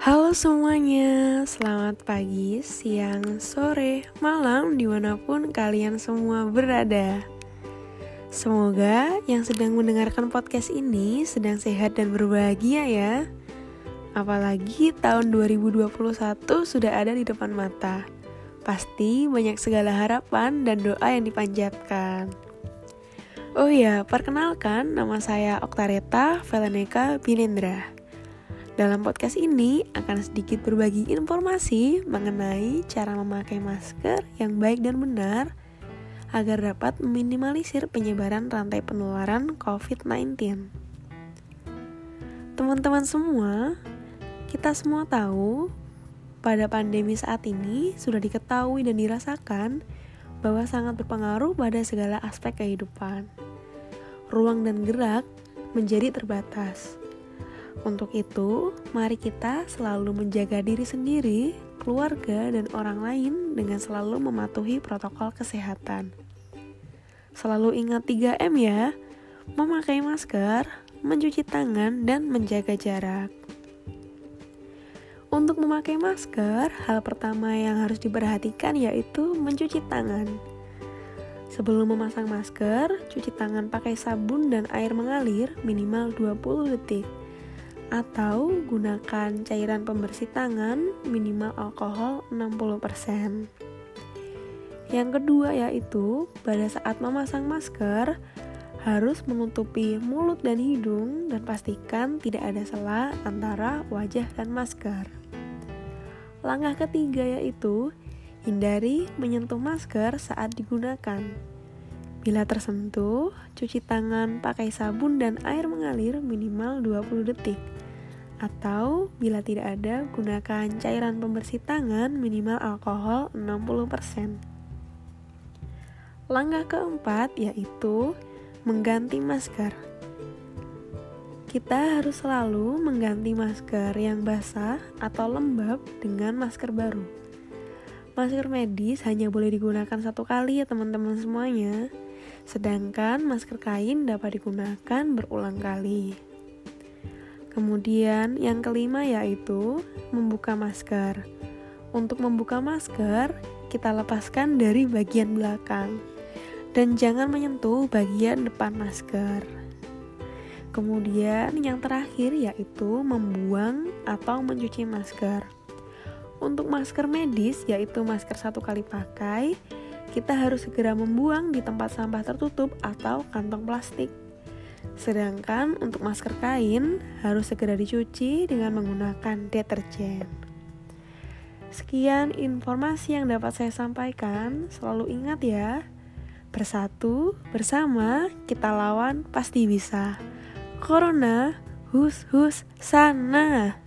Halo semuanya, selamat pagi, siang, sore, malam dimanapun kalian semua berada. Semoga yang sedang mendengarkan podcast ini sedang sehat dan berbahagia ya. Apalagi tahun 2021 sudah ada di depan mata. Pasti banyak segala harapan dan doa yang dipanjatkan. Oh ya, perkenalkan nama saya Oktareta Velaneka Bilendra. Dalam podcast ini akan sedikit berbagi informasi mengenai cara memakai masker yang baik dan benar agar dapat meminimalisir penyebaran rantai penularan COVID-19. Teman-teman semua, kita semua tahu pada pandemi saat ini sudah diketahui dan dirasakan bahwa sangat berpengaruh pada segala aspek kehidupan. Ruang dan gerak menjadi terbatas. Untuk itu, mari kita selalu menjaga diri sendiri, keluarga, dan orang lain dengan selalu mematuhi protokol kesehatan. Selalu ingat 3M ya, memakai masker, mencuci tangan, dan menjaga jarak. Untuk memakai masker, hal pertama yang harus diperhatikan yaitu mencuci tangan. Sebelum memasang masker, cuci tangan pakai sabun dan air mengalir minimal 20 detik. Atau gunakan cairan pembersih tangan minimal alkohol 60%. Yang kedua yaitu pada saat memasang masker harus menutupi mulut dan hidung dan pastikan tidak ada celah antara wajah dan masker. Langkah ketiga yaitu hindari menyentuh masker saat digunakan. Bila tersentuh, cuci tangan pakai sabun dan air mengalir minimal 20 detik. Atau bila tidak ada, gunakan cairan pembersih tangan minimal alkohol 60%. Langkah keempat yaitu mengganti masker. Kita harus selalu mengganti masker yang basah atau lembab dengan masker baru. Masker medis hanya boleh digunakan satu kali ya teman-teman semuanya. Sedangkan masker kain dapat digunakan berulang kali. Kemudian yang kelima yaitu membuka masker. Untuk membuka masker, kita lepaskan dari bagian belakang dan jangan menyentuh bagian depan masker. Kemudian yang terakhir yaitu membuang atau mencuci masker. Untuk masker medis yaitu masker satu kali pakai, kita harus segera membuang di tempat sampah tertutup atau kantong plastik. Sedangkan untuk masker kain harus segera dicuci dengan menggunakan deterjen. Sekian informasi yang dapat saya sampaikan. Selalu ingat ya, bersatu, bersama, kita lawan pasti bisa. Corona, hus sana.